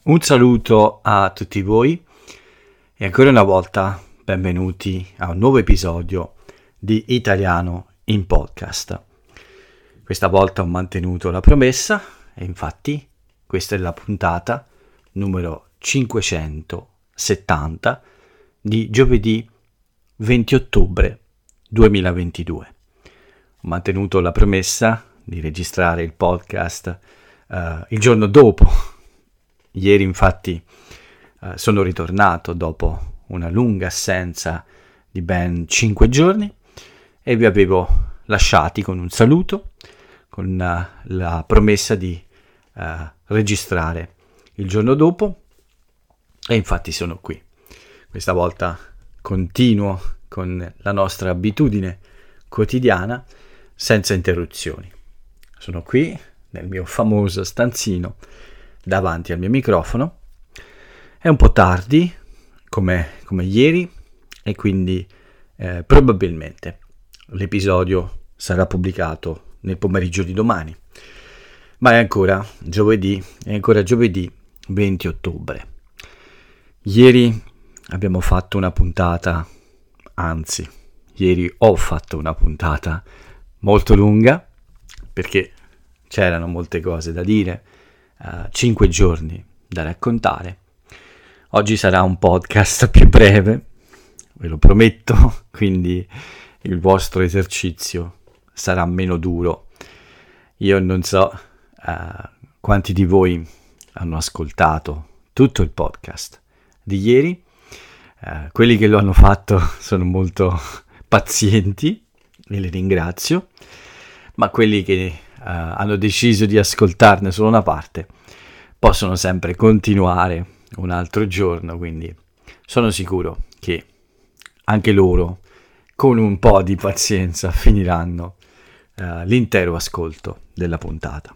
Un saluto a tutti voi e ancora una volta benvenuti a un nuovo episodio di Italiano in Podcast. Questa volta ho mantenuto la promessa e infatti questa è la puntata numero 570 di giovedì 20 ottobre 2022. Ho mantenuto la promessa di registrare il podcast il giorno dopo. Ieri infatti sono ritornato dopo una lunga assenza di ben 5 giorni e vi avevo lasciati con un saluto, con la promessa di registrare il giorno dopo e infatti sono qui. Questa volta continuo con la nostra abitudine quotidiana senza interruzioni. Sono qui nel mio famoso stanzino davanti al mio microfono. È un po' tardi come ieri e quindi probabilmente l'episodio sarà pubblicato nel pomeriggio di domani, ma è ancora giovedì 20 ottobre. Ieri abbiamo fatto una puntata, anzi ieri ho fatto una puntata molto lunga perché c'erano molte cose da dire, 5 giorni da raccontare. Oggi sarà un podcast più breve, ve lo prometto, quindi il vostro esercizio sarà meno duro. Io non so quanti di voi hanno ascoltato tutto il podcast di ieri. Quelli che lo hanno fatto sono molto pazienti e li ringrazio, ma quelli che hanno deciso di ascoltarne solo una parte possono sempre continuare un altro giorno, quindi sono sicuro che anche loro con un po' di pazienza finiranno l'intero ascolto della puntata.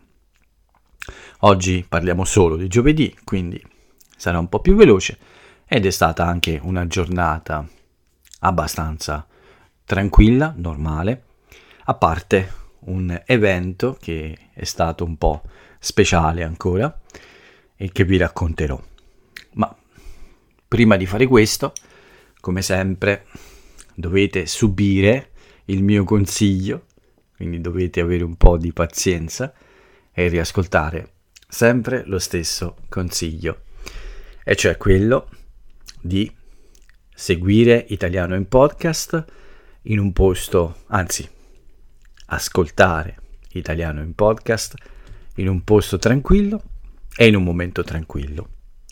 Oggi parliamo solo di giovedì, quindi sarà un po' più veloce ed è stata anche una giornata abbastanza tranquilla, normale, a parte un evento che è stato un po' speciale ancora e che vi racconterò. Ma prima di fare questo, come sempre, dovete subire il mio consiglio, quindi dovete avere un po' di pazienza e riascoltare sempre lo stesso consiglio, e cioè quello di seguire Italiano in Podcast in un posto, anzi ascoltare Italiano in Podcast in un posto tranquillo e in un momento tranquillo.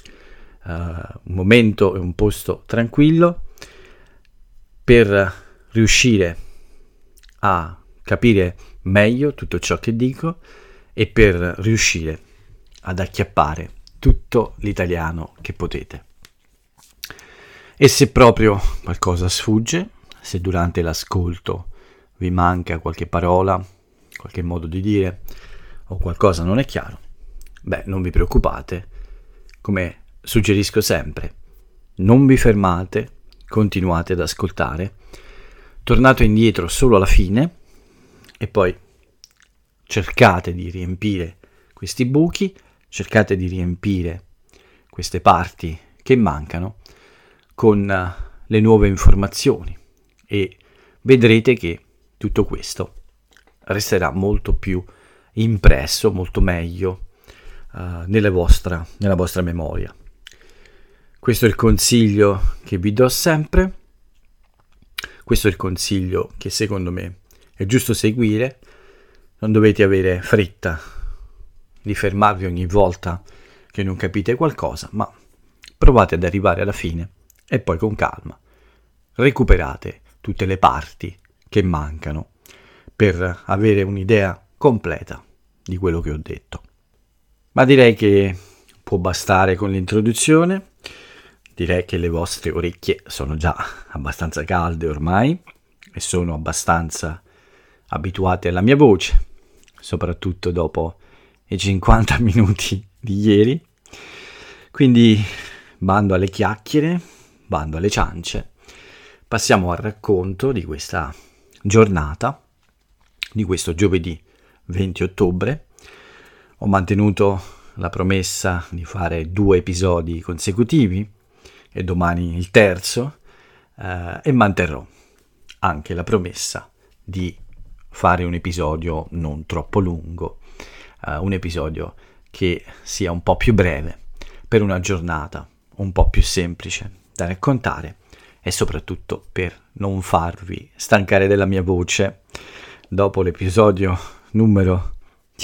Un momento e un posto tranquillo per riuscire a capire meglio tutto ciò che dico e per riuscire ad acchiappare tutto l'italiano che potete. E se proprio qualcosa sfugge, se durante l'ascolto vi manca qualche parola, qualche modo di dire o qualcosa non è chiaro, non vi preoccupate, come suggerisco sempre, non vi fermate, continuate ad ascoltare, tornate indietro solo alla fine e poi cercate di riempire questi buchi, cercate di riempire queste parti che mancano con le nuove informazioni e vedrete che tutto questo resterà molto più impresso, molto meglio nella vostra memoria. Questo è il consiglio che vi do sempre, questo è il consiglio che secondo me è giusto seguire. Non dovete avere fretta di fermarvi ogni volta che non capite qualcosa, ma provate ad arrivare alla fine e poi con calma recuperate tutte le parti che mancano per avere un'idea completa di quello che ho detto. Ma direi che può bastare con l'introduzione. Direi che le vostre orecchie sono già abbastanza calde ormai e sono abbastanza abituate alla mia voce, soprattutto dopo i 50 minuti di ieri. Quindi bando alle chiacchiere, bando alle ciance, passiamo al racconto di questa giornata, di questo giovedì 20 ottobre. Ho mantenuto la promessa di fare 2 episodi consecutivi e domani il terzo, e manterrò anche la promessa di fare un episodio non troppo lungo, un episodio che sia un po' più breve, per una giornata un po' più semplice da raccontare e soprattutto per non farvi stancare della mia voce. Dopo l'episodio numero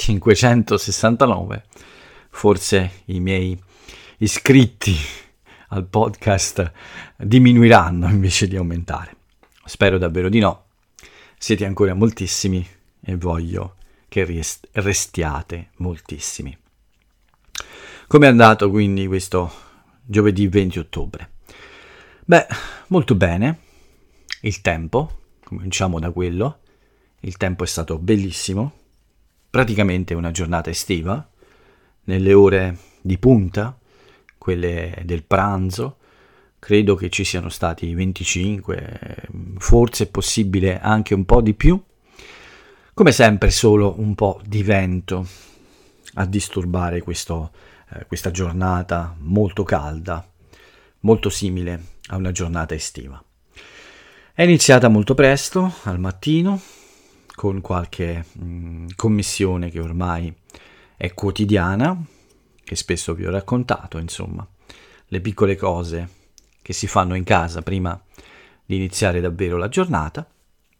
569, forse i miei iscritti al podcast diminuiranno invece di aumentare. Spero davvero di no. Siete ancora moltissimi e voglio che restiate moltissimi. Come è andato quindi questo giovedì 20 ottobre? Beh, molto bene. Il tempo, cominciamo da quello. Il tempo è stato bellissimo, praticamente una giornata estiva, nelle ore di punta, quelle del pranzo, credo che ci siano stati 25, forse è possibile anche un po' di più. Come sempre solo un po' di vento a disturbare questa giornata molto calda, molto simile a una giornata estiva. È iniziata molto presto, al mattino, con qualche commissione che ormai è quotidiana, che spesso vi ho raccontato, insomma, le piccole cose che si fanno in casa prima di iniziare davvero la giornata.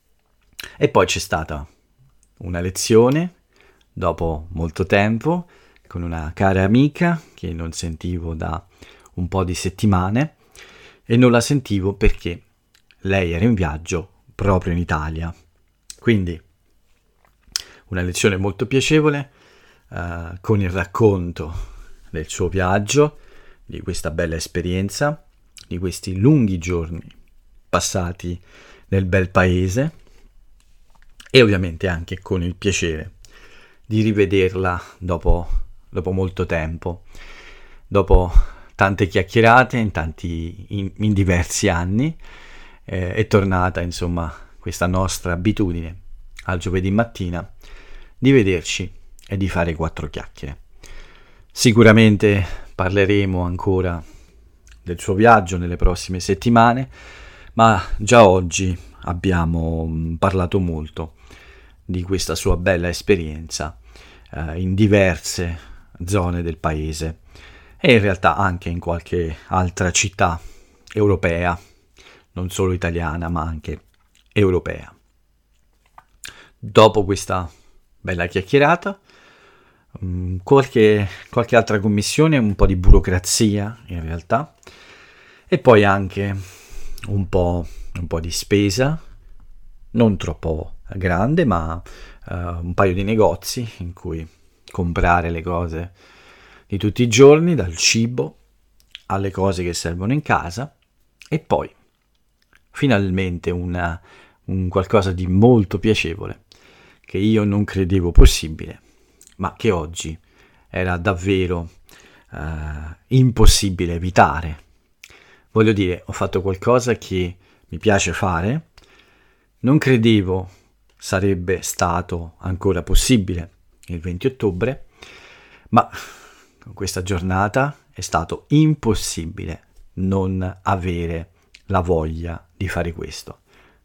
E poi c'è stata una lezione, dopo molto tempo, con una cara amica che non sentivo da un po' di settimane, e non la sentivo perché lei era in viaggio proprio in Italia. Quindi una lezione molto piacevole, con il racconto del suo viaggio, di questa bella esperienza, di questi lunghi giorni passati nel bel paese, e ovviamente anche con il piacere di rivederla dopo molto tempo, dopo tante chiacchierate in diversi anni. È tornata insomma questa nostra abitudine al giovedì mattina di vederci e di fare 4 chiacchiere. Sicuramente parleremo ancora del suo viaggio nelle prossime settimane, ma già oggi abbiamo parlato molto di questa sua bella esperienza in diverse zone del paese e in realtà anche in qualche altra città europea, non solo italiana ma anche europea. Dopo questa bella chiacchierata, qualche altra commissione, un po' di burocrazia in realtà, e poi anche un po' di spesa, non troppo grande, ma un paio di negozi in cui comprare le cose di tutti i giorni, dal cibo alle cose che servono in casa, e poi finalmente un qualcosa di molto piacevole che io non credevo possibile, ma che oggi era davvero impossibile evitare. Voglio dire, ho fatto qualcosa che mi piace fare, non credevo sarebbe stato ancora possibile il 20 ottobre, ma con questa giornata è stato impossibile non avere la voglia di fare questo.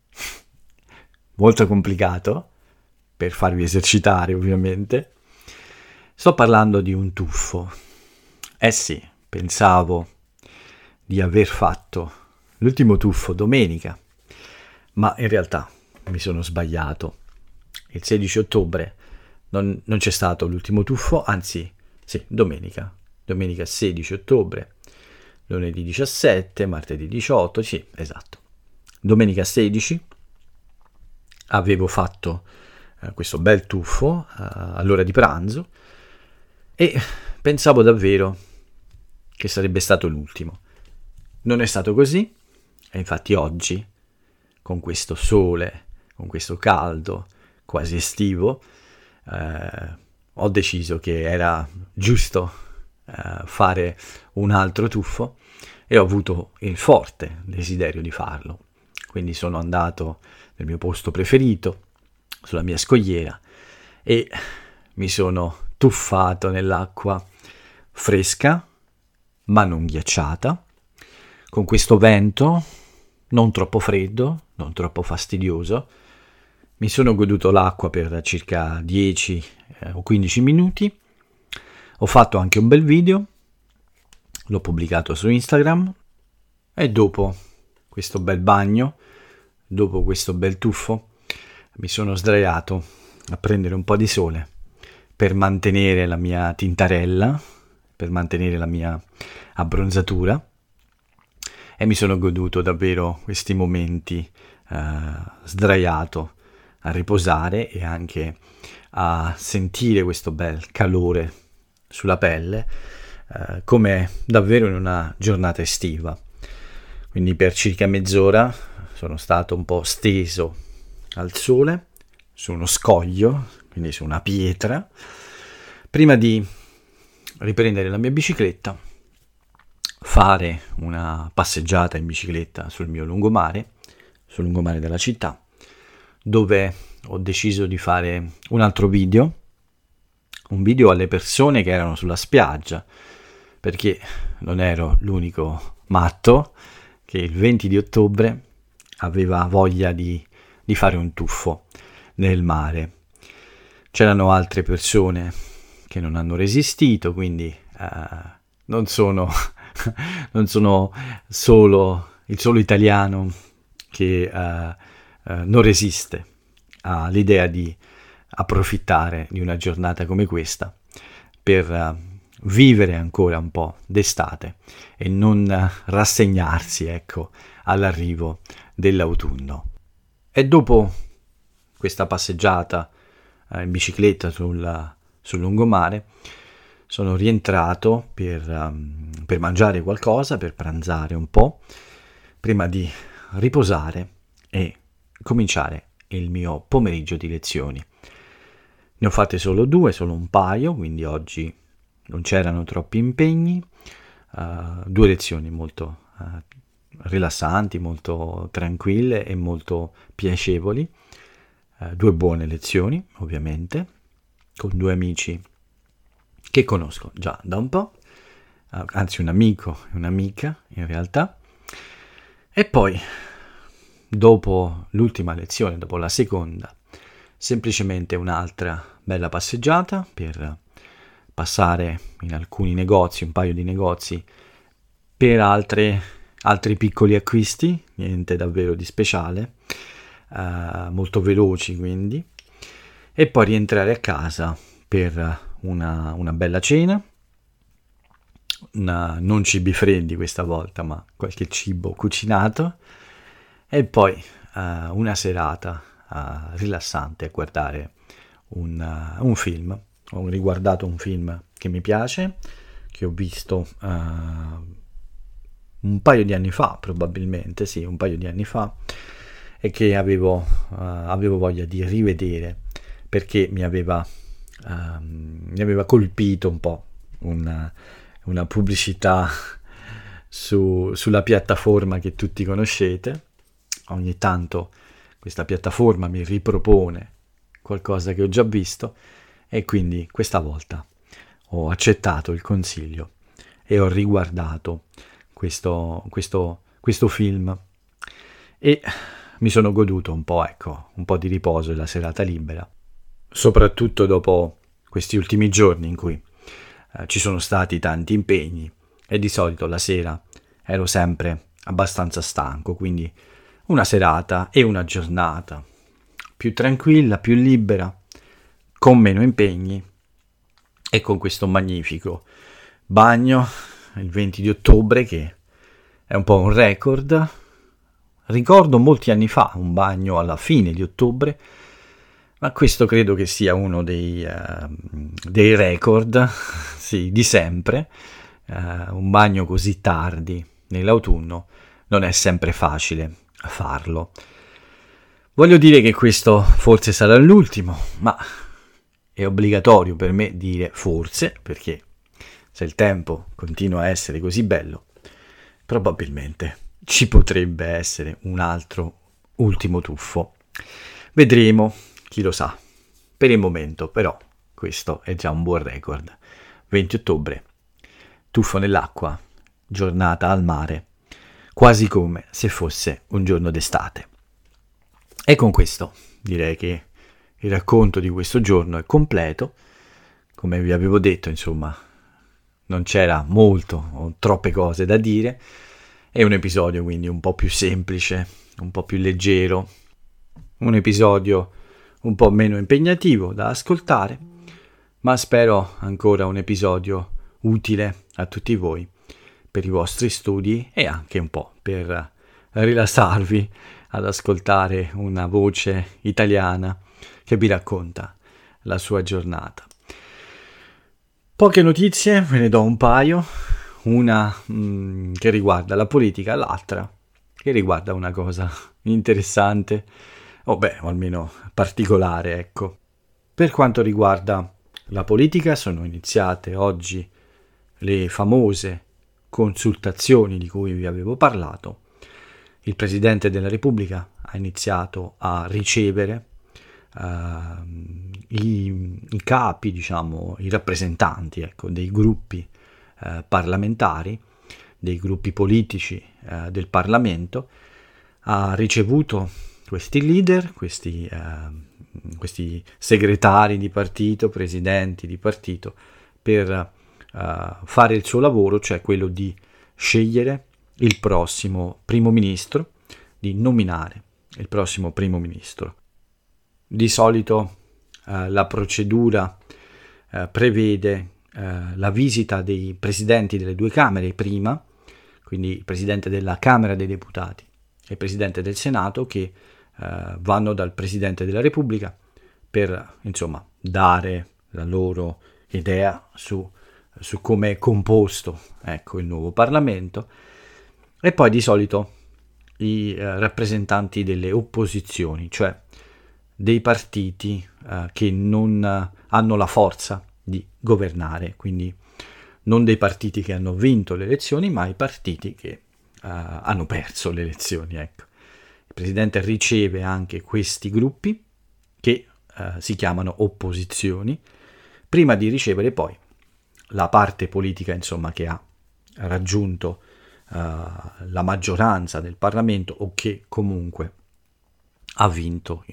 Molto complicato per farvi esercitare, ovviamente. Sto parlando di un tuffo. Sì, pensavo di aver fatto l'ultimo tuffo domenica, ma in realtà mi sono sbagliato. Il 16 ottobre non c'è stato l'ultimo tuffo, anzi, sì, domenica 16 ottobre, lunedì 17, martedì 18, sì, esatto. Domenica 16 avevo fatto questo bel tuffo all'ora di pranzo e pensavo davvero che sarebbe stato l'ultimo. Non è stato così, e infatti oggi, con questo sole, con questo caldo quasi estivo, ho deciso che era giusto fare un altro tuffo e ho avuto il forte desiderio di farlo. Quindi sono andato nel mio posto preferito, sulla mia scogliera, e mi sono tuffato nell'acqua fresca ma non ghiacciata, con questo vento non troppo freddo, non troppo fastidioso. Mi sono goduto l'acqua per circa 10 o 15 minuti. Ho fatto anche un bel video, l'ho pubblicato su Instagram, e dopo questo bel bagno, dopo questo bel tuffo, mi sono sdraiato a prendere un po' di sole per mantenere la mia tintarella, per mantenere la mia abbronzatura, e mi sono goduto davvero questi momenti sdraiato a riposare e anche a sentire questo bel calore sulla pelle, come davvero in una giornata estiva. Quindi per circa mezz'ora sono stato un po' steso al sole, su uno scoglio, quindi su una pietra, prima di riprendere la mia bicicletta, fare una passeggiata in bicicletta sul mio lungomare, sul lungomare della città, dove ho deciso di fare un altro video, un video alle persone che erano sulla spiaggia, perché non ero l'unico matto che il 20 di ottobre aveva voglia di fare un tuffo nel mare. C'erano altre persone che non hanno resistito, quindi non sono solo il solo italiano che non resiste all'idea di approfittare di una giornata come questa per vivere ancora un po' d'estate e non rassegnarsi, ecco, all'arrivo dell'autunno. E dopo questa passeggiata in bicicletta sul lungomare sono rientrato per mangiare qualcosa, per pranzare un po', prima di riposare e cominciare il mio pomeriggio di lezioni. Ne ho fatte solo un paio, quindi oggi non c'erano troppi impegni, 2 lezioni molto rilassanti, molto tranquille e molto piacevoli, 2 buone lezioni ovviamente, con 2 amici che conosco già da un po', anzi un amico e un'amica in realtà. E poi, dopo l'ultima lezione, dopo la seconda, semplicemente un'altra bella passeggiata per passare in alcuni negozi, un paio di negozi, per altri piccoli acquisti, niente davvero di speciale, molto veloci quindi, e poi rientrare a casa per una bella cena, non cibi freddi questa volta, ma qualche cibo cucinato, e poi una serata rilassante a guardare un film. Ho riguardato un film che mi piace, che ho visto un paio di anni fa, probabilmente, sì, un paio di anni fa, e che avevo voglia di rivedere perché mi aveva colpito un po' una pubblicità sulla piattaforma che tutti conoscete. Ogni tanto questa piattaforma mi ripropone qualcosa che ho già visto, e quindi questa volta ho accettato il consiglio e ho riguardato questo film e mi sono goduto un po' di riposo e la serata libera, soprattutto dopo questi ultimi giorni in cui ci sono stati tanti impegni e di solito la sera ero sempre abbastanza stanco, quindi una serata e una giornata più tranquilla, più libera, con meno impegni e con questo magnifico bagno il 20 di ottobre che è un po' un record. Ricordo molti anni fa un bagno alla fine di ottobre, ma questo credo che sia uno dei record sì, di sempre. Un bagno così tardi nell'autunno non è sempre facile farlo. Voglio dire che questo forse sarà l'ultimo, ma è obbligatorio per me dire forse, perché se il tempo continua a essere così bello, probabilmente ci potrebbe essere un altro ultimo tuffo. Vedremo, chi lo sa. Per il momento, però, questo è già un buon record. 20 ottobre, tuffo nell'acqua, giornata al mare, quasi come se fosse un giorno d'estate. E con questo direi che il racconto di questo giorno è completo. Come vi avevo detto, insomma, non c'era molto o troppe cose da dire. È un episodio quindi un po' più semplice, un po' più leggero, un episodio un po' meno impegnativo da ascoltare, ma spero ancora un episodio utile a tutti voi per i vostri studi e anche un po' per rilassarvi ad ascoltare una voce italiana che vi racconta la sua giornata. Poche notizie, ve ne do un paio, una che riguarda la politica, l'altra che riguarda una cosa interessante, o almeno particolare, ecco. Per quanto riguarda la politica, sono iniziate oggi le famose consultazioni di cui vi avevo parlato. Il Presidente della Repubblica ha iniziato a ricevere i capi, diciamo, i rappresentanti, ecco, dei gruppi parlamentari, dei gruppi politici del Parlamento. Ha ricevuto questi leader, questi segretari di partito, presidenti di partito, per fare il suo lavoro, cioè quello di scegliere il prossimo primo ministro, di nominare il prossimo primo ministro. Di solito la procedura prevede la visita dei presidenti delle due Camere prima, quindi il Presidente della Camera dei Deputati e il Presidente del Senato, che vanno dal Presidente della Repubblica per, insomma, dare la loro idea su come è composto, ecco, il nuovo Parlamento, e poi di solito i rappresentanti delle opposizioni, cioè dei partiti che non hanno la forza di governare, quindi non dei partiti che hanno vinto le elezioni, ma i partiti che hanno perso le elezioni, ecco. Il Presidente riceve anche questi gruppi che si chiamano opposizioni, prima di ricevere poi la parte politica, insomma, che ha raggiunto la maggioranza del Parlamento o che comunque ha vinto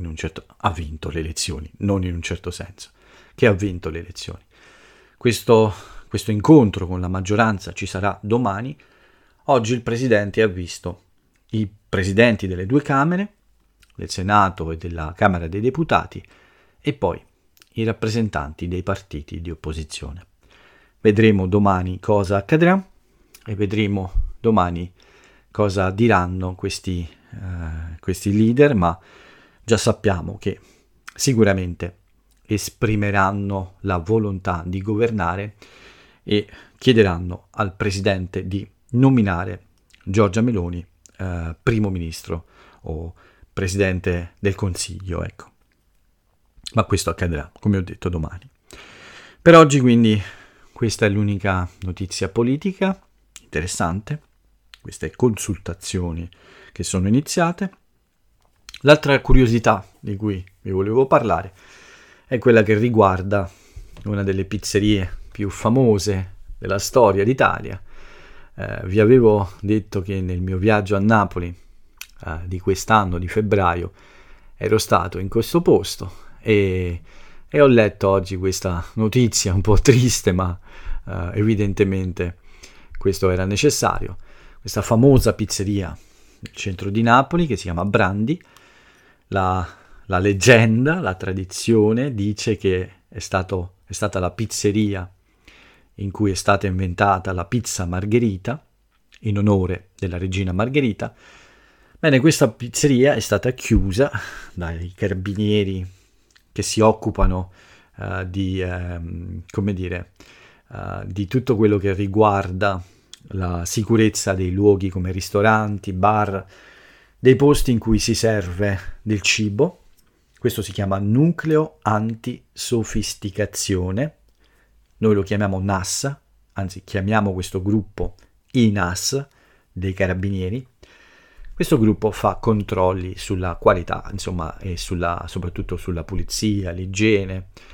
le elezioni, non in un certo senso, che ha vinto le elezioni. Questo incontro con la maggioranza ci sarà domani. Oggi il Presidente ha visto i presidenti delle due Camere, del Senato e della Camera dei Deputati, e poi i rappresentanti dei partiti di opposizione. Vedremo domani cosa accadrà e vedremo domani cosa diranno questi leader, ma già sappiamo che sicuramente esprimeranno la volontà di governare e chiederanno al Presidente di nominare Giorgia Meloni primo ministro o Presidente del Consiglio, ecco. Ma questo accadrà, come ho detto, domani. Per oggi quindi questa è l'unica notizia politica interessante, queste consultazioni che sono iniziate. L'altra curiosità di cui vi volevo parlare è quella che riguarda una delle pizzerie più famose della storia d'Italia. Vi avevo detto che nel mio viaggio a Napoli di quest'anno, di febbraio, ero stato in questo posto e ho letto oggi questa notizia un po' triste, ma evidentemente questo era necessario. Questa famosa pizzeria nel centro di Napoli che si chiama Brandi, la leggenda, la tradizione dice che è stata la pizzeria in cui è stata inventata la pizza Margherita, in onore della regina Margherita. Bene, questa pizzeria è stata chiusa dai carabinieri che si occupano di tutto quello che riguarda la sicurezza dei luoghi come ristoranti, bar, dei posti in cui si serve del cibo. Questo si chiama nucleo antisofisticazione. Noi lo chiamiamo NAS, anzi chiamiamo questo gruppo i NAS dei carabinieri. Questo gruppo fa controlli sulla qualità, insomma, e soprattutto sulla pulizia, l'igiene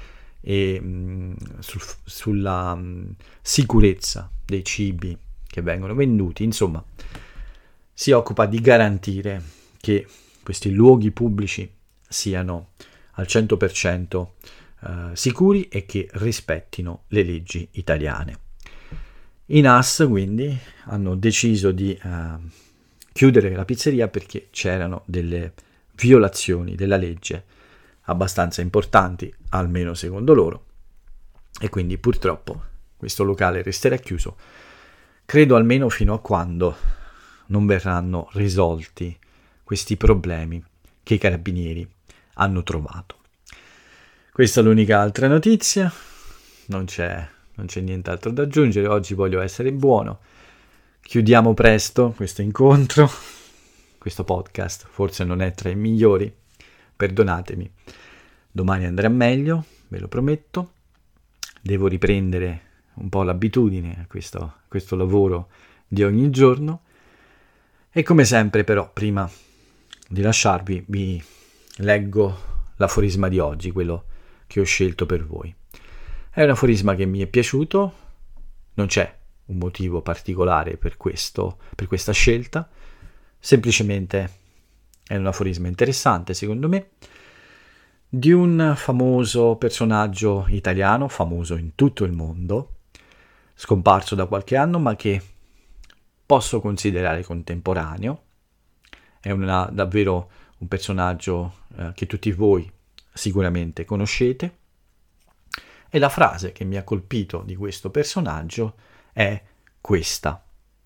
e sulla sicurezza dei cibi che vengono venduti. Insomma, si occupa di garantire che questi luoghi pubblici siano al 100% sicuri e che rispettino le leggi italiane. I NAS quindi hanno deciso di chiudere la pizzeria perché c'erano delle violazioni della legge abbastanza importanti, almeno secondo loro, e quindi purtroppo questo locale resterà chiuso, credo almeno fino a quando non verranno risolti questi problemi che i carabinieri hanno trovato. Questa è l'unica altra notizia, non c'è nient'altro da aggiungere. Oggi voglio essere buono. Chiudiamo presto questo incontro. Questo podcast forse non è tra i migliori, perdonatemi. Domani andrà meglio, ve lo prometto. Devo riprendere un po' l'abitudine a questo lavoro di ogni giorno. E come sempre però, prima di lasciarvi, vi leggo l'aforisma di oggi, quello che ho scelto per voi. È un aforisma che mi è piaciuto, non c'è un motivo particolare per questa scelta, semplicemente è un aforisma interessante secondo me, di un famoso personaggio italiano, famoso in tutto il mondo, scomparso da qualche anno ma che posso considerare contemporaneo. È davvero un personaggio che tutti voi sicuramente conoscete. E la frase che mi ha colpito di questo personaggio è questa: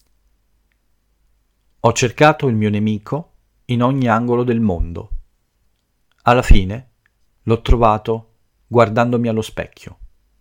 ho cercato il mio nemico in ogni angolo del mondo. Alla fine l'ho trovato guardandomi allo specchio.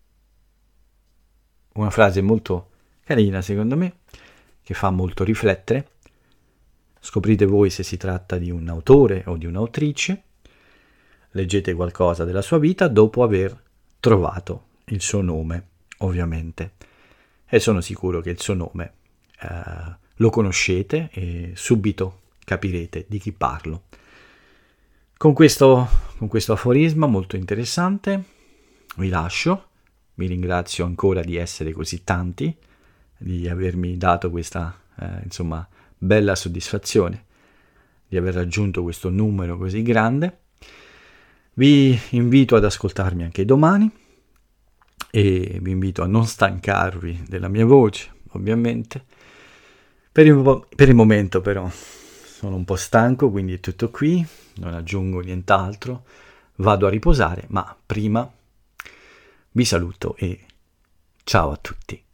Una frase molto carina secondo me, che fa molto riflettere. Scoprite voi se si tratta di un autore o di un'autrice. Leggete qualcosa della sua vita dopo aver trovato il suo nome, ovviamente. E sono sicuro che il suo nome lo conoscete e subito capirete di chi parlo. Con questo aforisma molto interessante vi lascio. Vi ringrazio ancora di essere così tanti, di avermi dato questa bella soddisfazione di aver raggiunto questo numero così grande. Vi invito ad ascoltarmi anche domani e vi invito a non stancarvi della mia voce, ovviamente. Per il momento però sono un po' stanco, quindi è tutto qui, non aggiungo nient'altro, vado a riposare, ma prima vi saluto e ciao a tutti.